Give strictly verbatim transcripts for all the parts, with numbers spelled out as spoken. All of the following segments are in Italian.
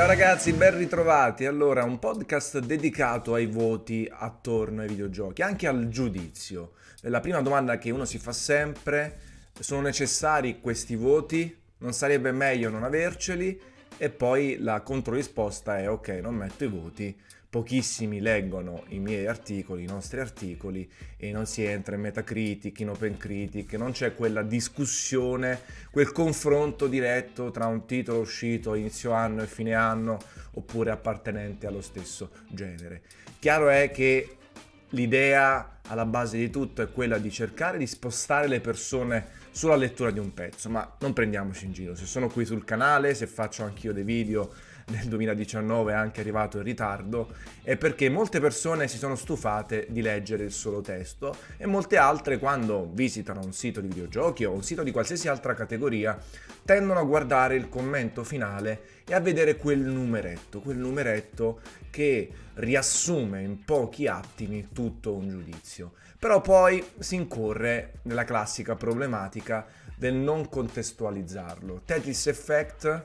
ragazzi, ben ritrovati. Allora, un podcast dedicato ai voti attorno ai videogiochi, anche al giudizio. La prima domanda che uno si fa sempre: sono necessari questi voti? Non sarebbe meglio non averceli? E poi la controrisposta è: ok, non metto i voti, pochissimi leggono i miei articoli, i nostri articoli, e non si entra in Metacritic, in OpenCritic, non c'è quella discussione, quel confronto diretto tra un titolo uscito a inizio anno e fine anno oppure appartenente allo stesso genere. Chiaro è che l'idea alla base di tutto è quella di cercare di spostare le persone sulla lettura di un pezzo, ma non prendiamoci in giro. Se sono qui sul canale, se faccio anch'io dei video nel duemiladiciannove, anche arrivato in ritardo, è perché molte persone si sono stufate di leggere il solo testo e molte altre, quando visitano un sito di videogiochi o un sito di qualsiasi altra categoria, tendono a guardare il commento finale e a vedere quel numeretto, quel numeretto che riassume in pochi attimi tutto un giudizio. Però poi si incorre nella classica problematica del non contestualizzarlo. Tetris Effect,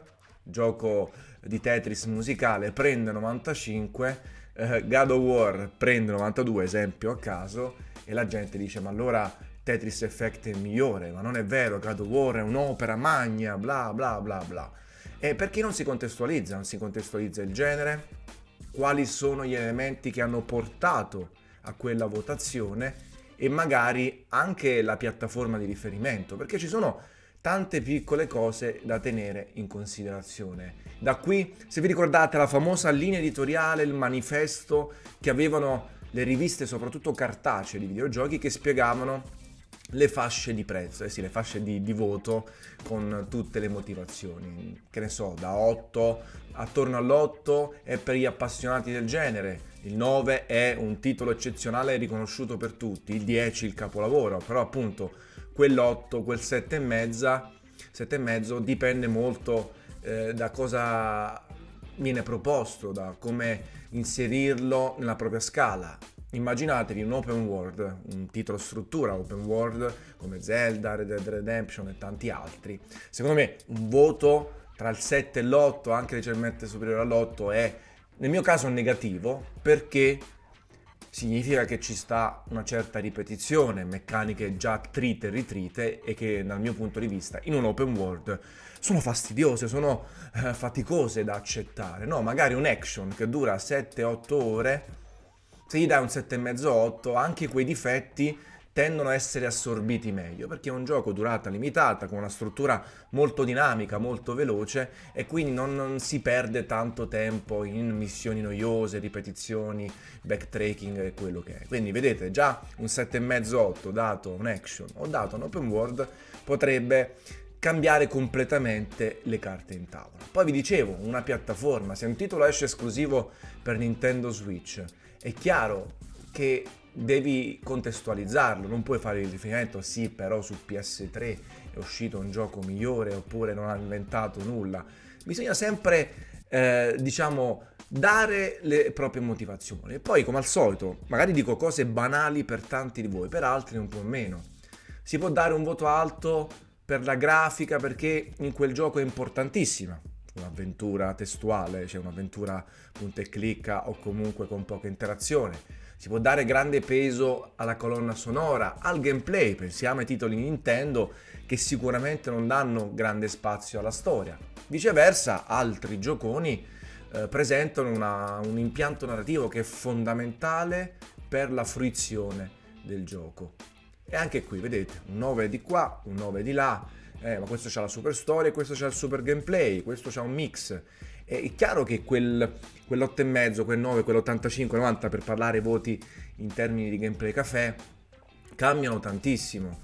gioco di Tetris musicale, prende novantacinque, eh, God of War prende novantadue, esempio a caso, e la gente dice: ma allora Tetris Effect è il migliore, ma non è vero, God of War è un'opera magna, bla bla bla bla. E perché non si contestualizza? Non si contestualizza il genere, quali sono gli elementi che hanno portato a quella votazione e magari anche la piattaforma di riferimento, perché ci sono tante piccole cose da tenere in considerazione. Da qui, se vi ricordate, la famosa linea editoriale, il manifesto che avevano le riviste, soprattutto cartacee di videogiochi, che spiegavano le fasce di prezzo, eh sì, le fasce di, di voto, con tutte le motivazioni. Che ne so, da otto, attorno all'otto è per gli appassionati del genere, il nove è un titolo eccezionale riconosciuto per tutti, il dieci il capolavoro, però appunto quell'otto, quel sette e mezza, sette e mezzo dipende molto eh, da cosa viene proposto, da come inserirlo nella propria scala. Immaginatevi un open world, un titolo struttura open world come Zelda, Red Dead Redemption e tanti altri. Secondo me un voto tra il sette e l'otto, anche leggermente superiore all'otto, è nel mio caso negativo, perché significa che ci sta una certa ripetizione, meccaniche già trite e ritrite, e che dal mio punto di vista in un open world sono fastidiose, sono eh, faticose da accettare. No, magari un action che dura sette otto ore, se gli dai un sette e mezzo otto, anche quei difetti tendono a essere assorbiti meglio, perché è un gioco durata limitata, con una struttura molto dinamica, molto veloce, e quindi non, non si perde tanto tempo in missioni noiose, ripetizioni, backtracking e quello che è. Quindi vedete, già un sette e mezzo otto dato un action o dato un open world potrebbe cambiare completamente le carte in tavola. Poi vi dicevo, una piattaforma, se un titolo esce esclusivo per Nintendo Switch, è chiaro che devi contestualizzarlo, non puoi fare il riferimento: sì, però su P S tre è uscito un gioco migliore, oppure non ha inventato nulla. Bisogna sempre, eh, diciamo, dare le proprie motivazioni. E poi, come al solito, magari dico cose banali per tanti di voi, per altri un po' meno. Si può dare un voto alto per la grafica, perché in quel gioco è importantissima un'avventura testuale, cioè un'avventura punta e clicca o comunque con poca interazione. Si può dare grande peso alla colonna sonora, al gameplay, pensiamo ai titoli Nintendo che sicuramente non danno grande spazio alla storia. Viceversa, altri gioconi eh, presentano una, un impianto narrativo che è fondamentale per la fruizione del gioco. E anche qui, vedete, un nove di qua, un nove di là, eh, ma questo c'ha la super storia, questo c'ha il super gameplay, questo c'ha un mix. È chiaro che quel, quell'otto e mezzo, quel nove, quell'ottantacinque novanta, per parlare voti in termini di gameplay caffè, cambiano tantissimo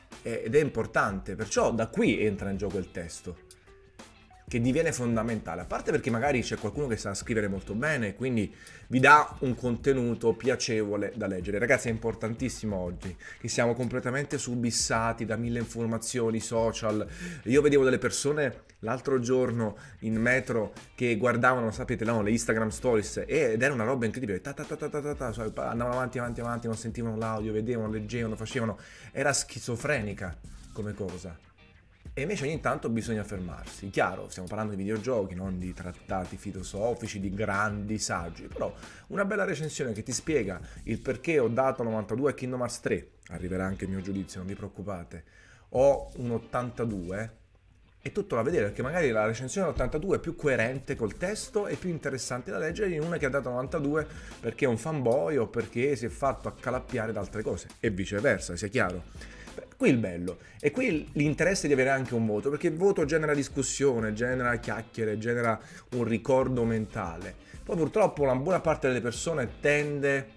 ed è importante, perciò da qui entra in gioco il testo, che diviene fondamentale, a parte perché magari c'è qualcuno che sa scrivere molto bene, quindi vi dà un contenuto piacevole da leggere. Ragazzi, è importantissimo oggi, che siamo completamente subissati da mille informazioni, social. Io vedevo delle persone l'altro giorno in metro che guardavano, sapete, no, le Instagram stories, ed era una roba incredibile, ta ta ta ta ta ta ta, cioè, andavano avanti avanti avanti, non sentivano l'audio, vedevano, leggevano, facevano, era schizofrenica come cosa. E invece ogni tanto bisogna fermarsi. Chiaro, stiamo parlando di videogiochi, non di trattati filosofici, di grandi saggi, però una bella recensione che ti spiega il perché ho dato novantadue a Kingdom Hearts tre, arriverà anche il mio giudizio, non vi preoccupate, ho un ottantadue, è tutto da vedere, perché magari la recensione dell'ottantadue è più coerente col testo e più interessante da leggere di una che ha dato novantadue perché è un fanboy o perché si è fatto accalappiare da altre cose, e viceversa, sia chiaro. Qui il bello, e qui l'interesse di avere anche un voto, perché il voto genera discussione, genera chiacchiere, genera un ricordo mentale. Poi purtroppo una buona parte delle persone tende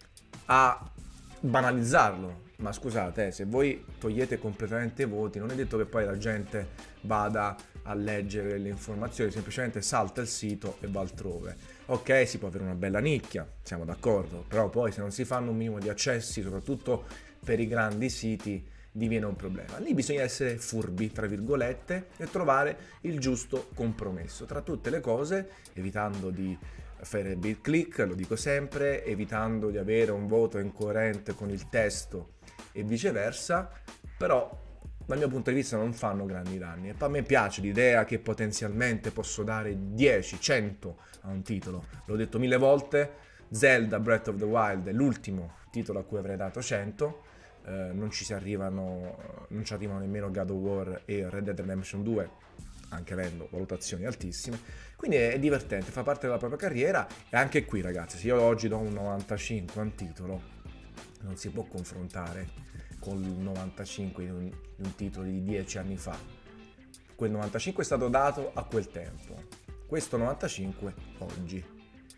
a banalizzarlo, ma scusate, eh, se voi togliete completamente i voti, non è detto che poi la gente vada a leggere le informazioni, semplicemente salta il sito e va altrove. Ok, si può avere una bella nicchia, siamo d'accordo, però poi se non si fanno un minimo di accessi, soprattutto per i grandi siti, diviene un problema. Lì bisogna essere furbi, tra virgolette, e trovare il giusto compromesso tra tutte le cose, evitando di fare bit click, lo dico sempre, evitando di avere un voto incoerente con il testo e viceversa, però dal mio punto di vista non fanno grandi danni. E poi a me piace l'idea che potenzialmente posso dare dieci, cento a un titolo. L'ho detto mille volte, Zelda Breath of the Wild è l'ultimo titolo a cui avrei dato cento. Uh, non ci si arrivano, non ci arrivano nemmeno God of War e Red Dead Redemption due, anche avendo valutazioni altissime, quindi è divertente, fa parte della propria carriera. E anche qui, ragazzi, se io oggi do un novantacinque a un titolo, non si può confrontare con il novantacinque di un, di un titolo di dieci anni fa. Quel novantacinque è stato dato a quel tempo, questo novantacinque oggi.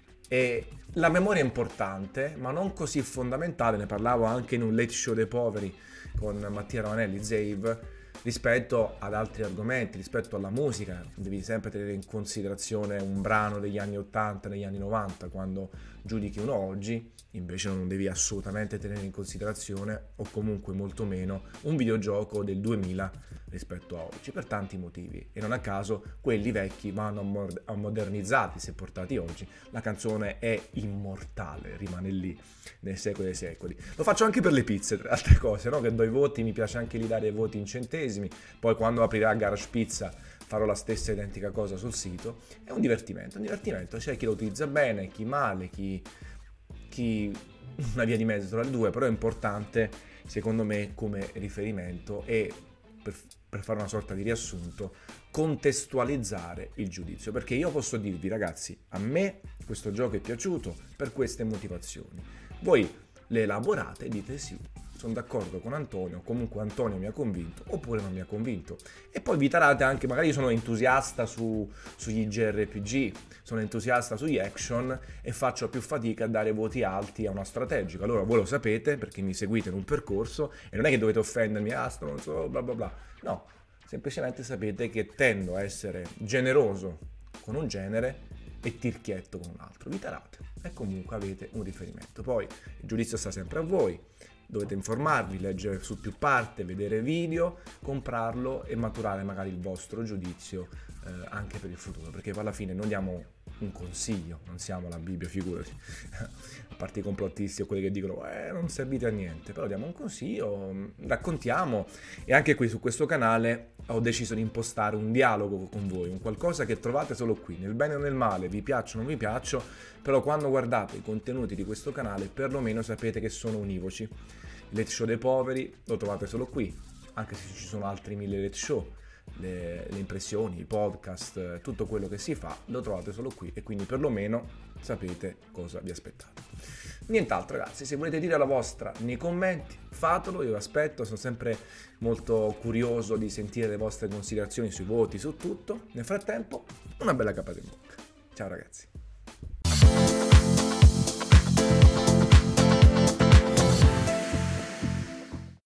E la memoria è importante, ma non così fondamentale, ne parlavo anche in un late show dei poveri con Mattia Ravanelli, Zave, rispetto ad altri argomenti, rispetto alla musica. Devi sempre tenere in considerazione un brano degli anni ottanta, degli anni novanta, quando giudichi uno oggi, invece non devi assolutamente tenere in considerazione, o comunque molto meno, un videogioco del duemila rispetto a oggi, per tanti motivi. E non a caso quelli vecchi vanno modernizzati se portati oggi. La canzone è immortale, rimane lì nei secoli dei secoli. Lo faccio anche per le pizze, tra altre cose, no? Che do i voti, mi piace anche lì dare i voti in centesimi. Poi quando aprirà Garage Pizza farò la stessa identica cosa sul sito. È un divertimento, un divertimento. C'è chi lo utilizza bene, chi male, chi, chi una via di mezzo tra le due, però è importante secondo me come riferimento e per, per fare una sorta di riassunto, contestualizzare il giudizio, perché io posso dirvi, ragazzi, a me questo gioco è piaciuto per queste motivazioni, voi le elaborate e dite sì, sono d'accordo con Antonio, comunque Antonio mi ha convinto, oppure non mi ha convinto. E poi vi tarate anche, magari io sono entusiasta su, sugli J R P G, sono entusiasta sugli action e faccio più fatica a dare voti alti a una strategica. Allora voi lo sapete perché mi seguite in un percorso e non è che dovete offendermi, ah, sto non so, bla bla bla. No, semplicemente sapete che tendo a essere generoso con un genere e tirchietto con un altro. Vi tarate e comunque avete un riferimento. Poi il giudizio sta sempre a voi. Dovete informarvi, leggere su più parti, vedere video, comprarlo e maturare magari il vostro giudizio eh, anche per il futuro, perché alla fine noi diamo un consiglio, non siamo la Bibbia, figurati, a parte i complottisti o quelli che dicono eh, non servite a niente, però diamo un consiglio, raccontiamo. E anche qui su questo canale ho deciso di impostare un dialogo con voi, un qualcosa che trovate solo qui, nel bene o nel male, vi piaccio o non vi piaccio, però quando guardate i contenuti di questo canale perlomeno sapete che sono univoci. Il Late Show dei poveri lo trovate solo qui, anche se ci sono altri mille Late Show, le, le impressioni, i podcast, tutto quello che si fa lo trovate solo qui e quindi perlomeno sapete cosa vi aspettate. Nient'altro, ragazzi, se volete dire la vostra nei commenti fatelo, io vi aspetto, sono sempre molto curioso di sentire le vostre considerazioni sui voti, su tutto. Nel frattempo una bella capata in bocca. Ciao ragazzi.